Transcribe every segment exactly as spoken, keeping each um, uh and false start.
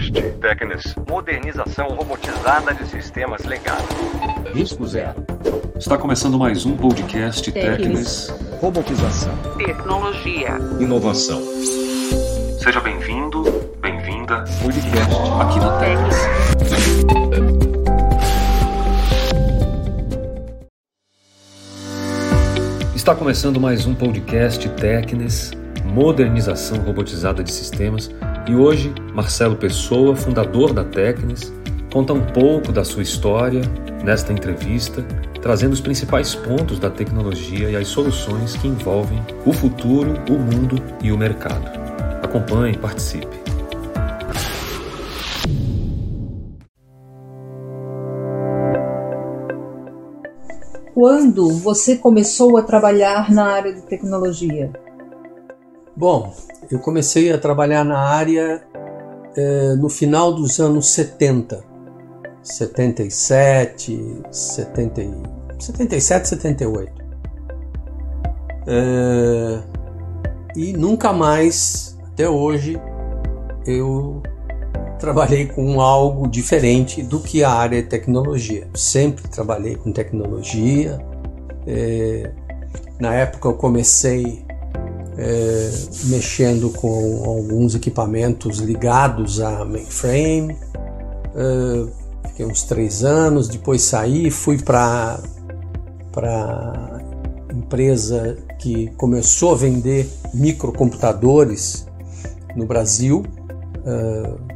Podcast Tecnis. Modernização robotizada de sistemas legados. Risco zero. Está começando mais um podcast Tecnis. Robotização. Tecnologia. Inovação. Seja bem-vindo, bem-vinda Podcast aqui na Tecnis. Está começando mais um podcast Tecnis, modernização robotizada de sistemas, e hoje Marcelo Pessoa, fundador da Tecnis, conta um pouco da sua história nesta entrevista, trazendo os principais pontos da tecnologia e as soluções que envolvem o futuro, o mundo e o mercado. Acompanhe e participe. Quando você começou a trabalhar na área de tecnologia? Bom, eu comecei a trabalhar na área eh, no final dos anos setenta, setenta e sete, setenta, setenta e sete, setenta e oito. Eh, e nunca mais, até hoje, eu trabalhei com algo diferente do que a área de tecnologia. Sempre trabalhei com tecnologia. É, na época eu comecei é, mexendo com alguns equipamentos ligados a mainframe. É, fiquei uns três anos, depois saí, fui para para empresa que começou a vender microcomputadores no Brasil. É,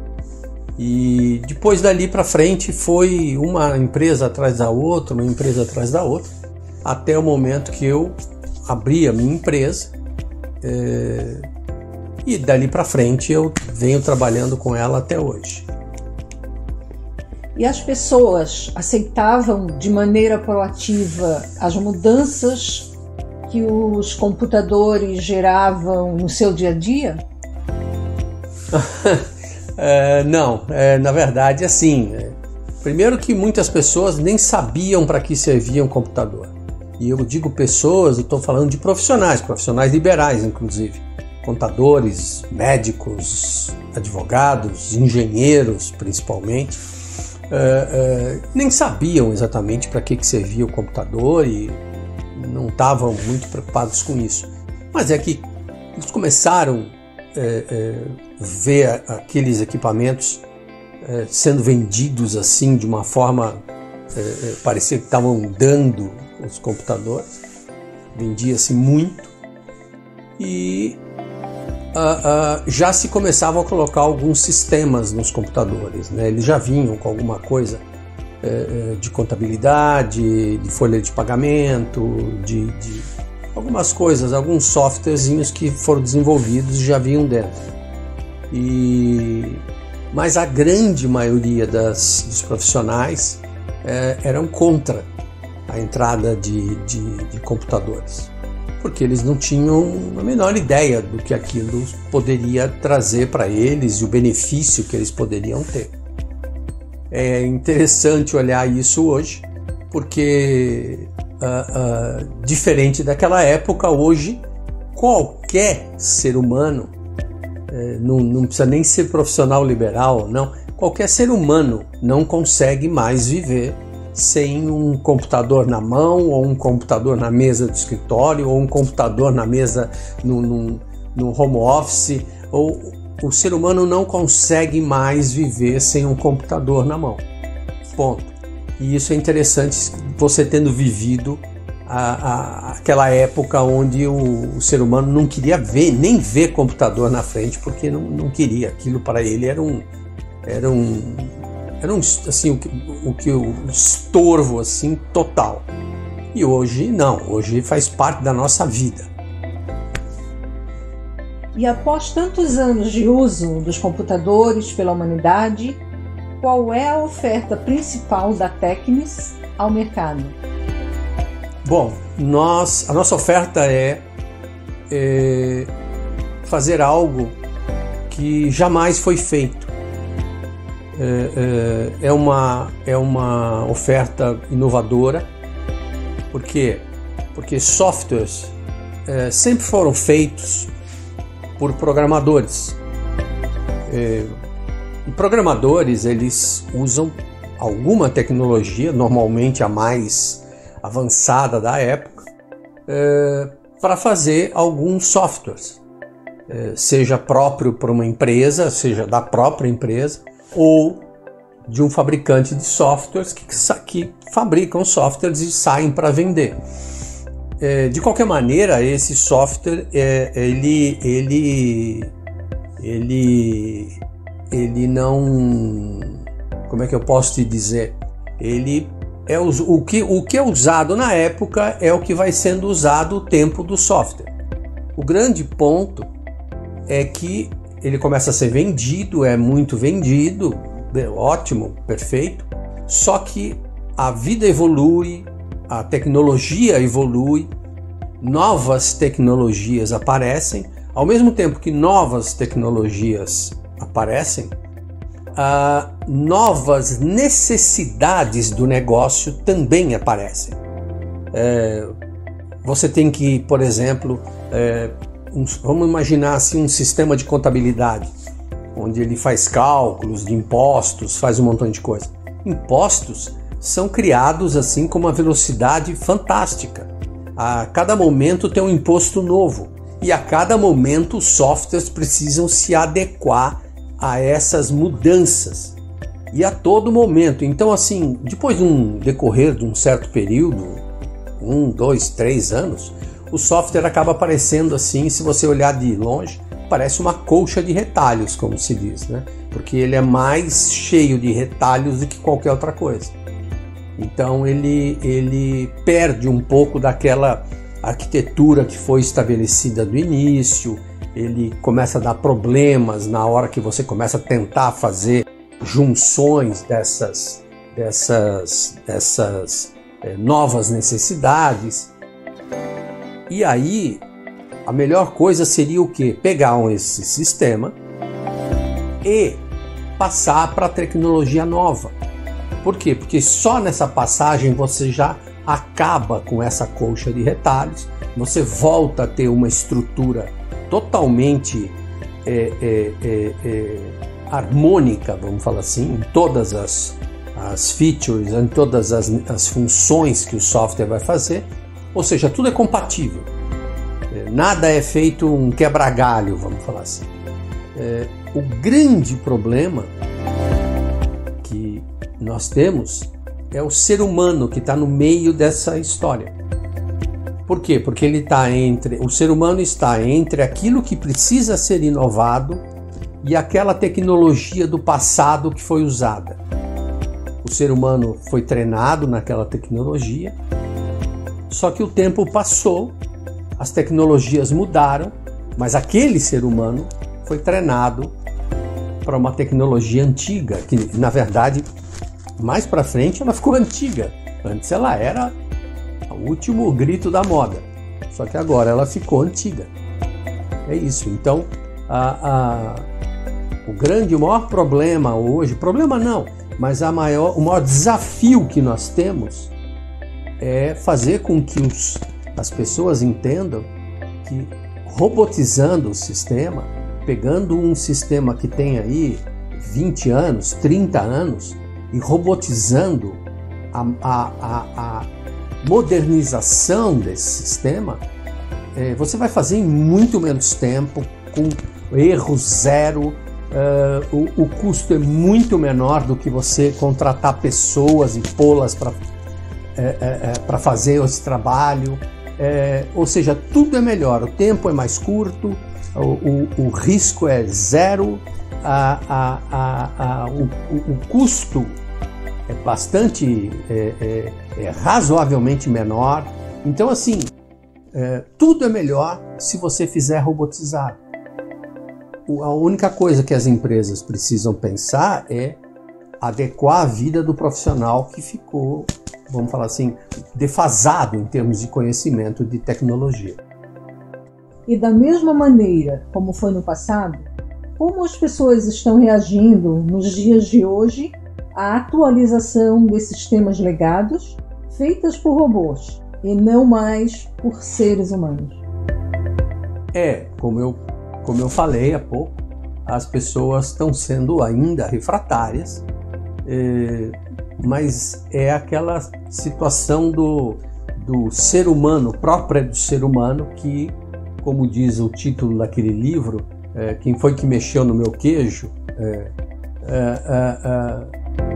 E depois dali para frente foi uma empresa atrás da outra, uma empresa atrás da outra, até o momento que eu abri a minha empresa, é, e dali para frente eu venho trabalhando com ela até hoje. E as pessoas aceitavam de maneira proativa as mudanças que os computadores geravam no seu dia a dia? É, não, é, na verdade, assim, é, primeiro que muitas pessoas nem sabiam para que servia um computador. E eu digo pessoas, eu estou falando de profissionais, profissionais liberais, inclusive. Contadores, médicos, advogados, engenheiros, principalmente. É, é, nem sabiam exatamente para que, que servia o computador e não estavam muito preocupados com isso. Mas é que eles começaram É, é, ver aqueles equipamentos é, sendo vendidos assim de uma forma, é, é, parecia que estavam dando os computadores, vendia-se muito, e a, a, já se começavam a colocar alguns sistemas nos computadores, né? Eles já vinham com alguma coisa é, de contabilidade, de folha de pagamento, de, de algumas coisas, alguns softwarezinhos que foram desenvolvidos e já vinham dentro. E, mas a grande maioria das, dos profissionais é, eram contra a entrada de, de, de computadores, porque eles não tinham a menor ideia do que aquilo poderia trazer para eles e o benefício que eles poderiam ter. É interessante olhar isso hoje, porque Uh, uh, diferente daquela época, hoje qualquer ser humano, uh, não, não precisa nem ser profissional liberal, não, qualquer ser humano não consegue mais viver sem um computador na mão, ou um computador na mesa do escritório, ou um computador na mesa no, no, no home office, ou o ser humano não consegue mais viver sem um computador na mão, ponto. E isso é interessante, você tendo vivido a, a, aquela época onde o, o ser humano não queria ver, nem ver computador na frente, porque não, não queria. Aquilo para ele era um, era um, era um assim, o que, o que o estorvo assim, total. E hoje não, hoje faz parte da nossa vida. E após tantos anos de uso dos computadores pela humanidade, qual é a oferta principal da Tecnis ao mercado? Bom, nós, a nossa oferta é, é fazer algo que jamais foi feito. É, é, é, uma, é uma oferta inovadora. Por quê? Porque softwares é, sempre foram feitos por programadores. É, programadores, eles usam alguma tecnologia, normalmente a mais avançada da época, é, para fazer alguns softwares, é, seja próprio para uma empresa, seja da própria empresa, ou de um fabricante de softwares que, que fabricam softwares e saem para vender. É, de qualquer maneira, esse software, é, ele, ele, ele, ele não... Como é que eu posso te dizer? Ele é o, o, que, o que é usado na época é o que vai sendo usado o tempo do software. O grande ponto é que ele começa a ser vendido, é muito vendido, ótimo, perfeito, só que a vida evolui, a tecnologia evolui, novas tecnologias aparecem, ao mesmo tempo que novas tecnologias aparecem, Uh, novas necessidades do negócio também aparecem. É, você tem que, por exemplo, é, um, vamos imaginar assim, um sistema de contabilidade, onde ele faz cálculos de impostos, faz um montão de coisa. Impostos são criados assim com uma velocidade fantástica. A cada momento tem um imposto novo e a cada momento os softwares precisam se adequar a essas mudanças e a todo momento. Então, assim, depois de um decorrer de um certo período, um, dois, três anos, o software acaba aparecendo assim, se você olhar de longe, parece uma colcha de retalhos, como se diz, né? Porque ele é mais cheio de retalhos do que qualquer outra coisa. Então, ele, ele perde um pouco daquela arquitetura que foi estabelecida do início. Ele começa a dar problemas na hora que você começa a tentar fazer junções dessas, dessas, dessas é, novas necessidades. E aí, a melhor coisa seria o quê? Pegar esse sistema e passar para a tecnologia nova. Por quê? Porque só nessa passagem você já acaba com essa colcha de retalhos, você volta a ter uma estrutura totalmente é, é, é, é, harmônica, vamos falar assim, em todas as, as features, em todas as, as funções que o software vai fazer, ou seja, tudo é compatível. É, nada é feito um quebra-galho, vamos falar assim. É, o grande problema que nós temos é o ser humano que está no meio dessa história. Por quê? Porque ele está entre, o ser humano está entre aquilo que precisa ser inovado e aquela tecnologia do passado que foi usada. O ser humano foi treinado naquela tecnologia, só que o tempo passou, as tecnologias mudaram, mas aquele ser humano foi treinado para uma tecnologia antiga, que na verdade, mais para frente ela ficou antiga. Antes ela era o último grito da moda, só que agora ela ficou antiga. É isso. Então, a, a, o grande, o maior problema hoje, problema não, mas a maior, o maior desafio que nós temos é fazer com que os, as pessoas entendam que robotizando o sistema, pegando um sistema que tem aí vinte anos, trinta anos, e robotizando a, a, a, a modernização desse sistema, é, você vai fazer em muito menos tempo, com erro zero, uh, o, o custo é muito menor do que você contratar pessoas e pô-las para é, é, é, para fazer esse trabalho, é, ou seja, tudo é melhor, o tempo é mais curto, o, o, o risco é zero, a, a, a, a, o, o, o custo é bastante, é, é, é razoavelmente menor. Então, assim, é, tudo é melhor se você fizer robotizado. O, a única coisa que as empresas precisam pensar é adequar a vida do profissional que ficou, vamos falar assim, defasado em termos de conhecimento de tecnologia. E da mesma maneira como foi no passado, como as pessoas estão reagindo nos dias de hoje à atualização desses sistemas legados feitas por robôs e não mais por seres humanos? É, como eu, como eu falei há pouco, as pessoas estão sendo ainda refratárias, é, mas é aquela situação do, do ser humano, própria do ser humano, que, como diz o título daquele livro, é, Quem Foi Que Mexeu no Meu Queijo, é, é, é,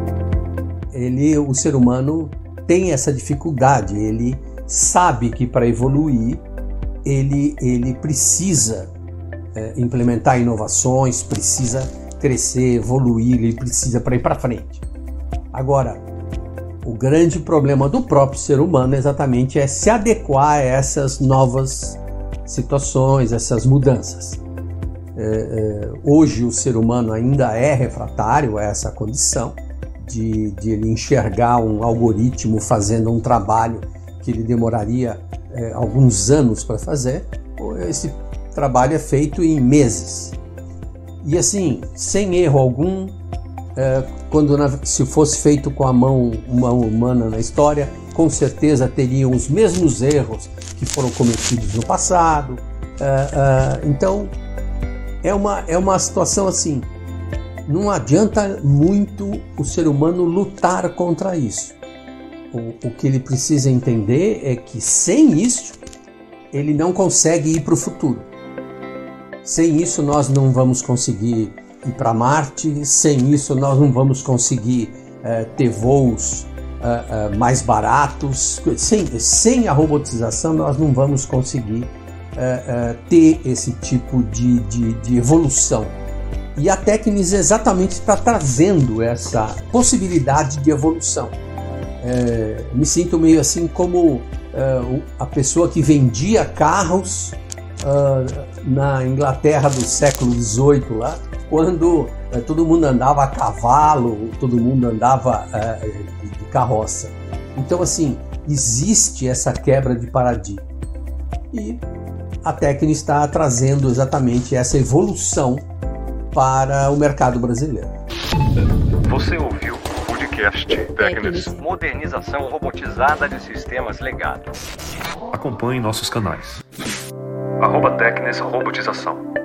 é, ele, o ser humano tem essa dificuldade, ele sabe que para evoluir ele, ele precisa é, implementar inovações, precisa crescer, evoluir, ele precisa para ir para frente. Agora, o grande problema do próprio ser humano exatamente é se adequar a essas novas situações, essas mudanças. É, é, hoje o ser humano ainda é refratário a essa condição de, de ele enxergar um algoritmo fazendo um trabalho que ele demoraria é, alguns anos para fazer. Esse trabalho é feito em meses. E assim, sem erro algum, é, quando na, se fosse feito com a mão, mão humana na história, com certeza teriam os mesmos erros que foram cometidos no passado. É, é, então, é uma, é uma situação assim, não adianta muito o ser humano lutar contra isso. O, o que ele precisa entender é que sem isso, ele não consegue ir para o futuro. Sem isso, nós não vamos conseguir ir para Marte, sem isso, nós não vamos conseguir uh, ter voos uh, uh, mais baratos. Sem, sem a robotização, nós não vamos conseguir uh, uh, ter esse tipo de, de, de evolução. E a Tecnis exatamente está trazendo essa possibilidade de evolução. É, me sinto meio assim como é, a pessoa que vendia carros uh, na Inglaterra do século dezoito, lá, quando é, todo mundo andava a cavalo, todo mundo andava é, de, de carroça. Então, assim, existe essa quebra de paradigma. E a Tecnis está trazendo exatamente essa evolução para o mercado brasileiro. Você ouviu o podcast Tecnis, modernização robotizada de sistemas legados. Acompanhe nossos canais. arroba Tecnis Robotização.